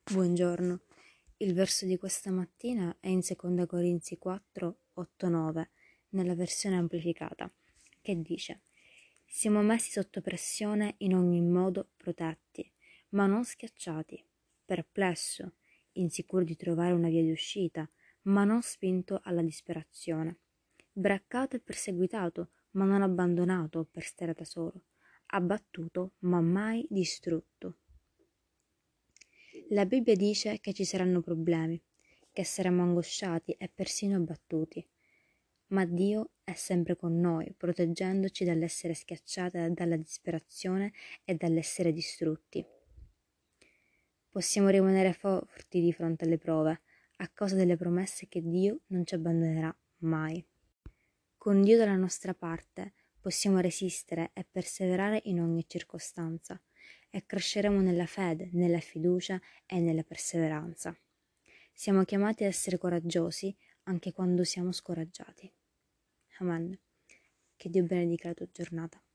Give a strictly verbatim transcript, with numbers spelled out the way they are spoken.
Buongiorno, il verso di questa mattina è in seconda Corinzi quattro, otto, nove, nella versione amplificata, che dice: Siamo messi sotto pressione in ogni modo protetti, ma non schiacciati, perplesso, insicuro di trovare una via di uscita, ma non spinto alla disperazione, braccato e perseguitato, ma non abbandonato per stare da solo, abbattuto, ma mai distrutto. La Bibbia dice che ci saranno problemi, che saremo angosciati e persino abbattuti, ma Dio è sempre con noi, proteggendoci dall'essere schiacciati dalla disperazione e dall'essere distrutti. Possiamo rimanere forti di fronte alle prove, a causa delle promesse che Dio non ci abbandonerà mai. Con Dio dalla nostra parte possiamo resistere e perseverare in ogni circostanza e cresceremo nella fede, nella fiducia e nella perseveranza. Siamo chiamati a essere coraggiosi anche quando siamo scoraggiati. Amen. Che Dio benedica la tua giornata.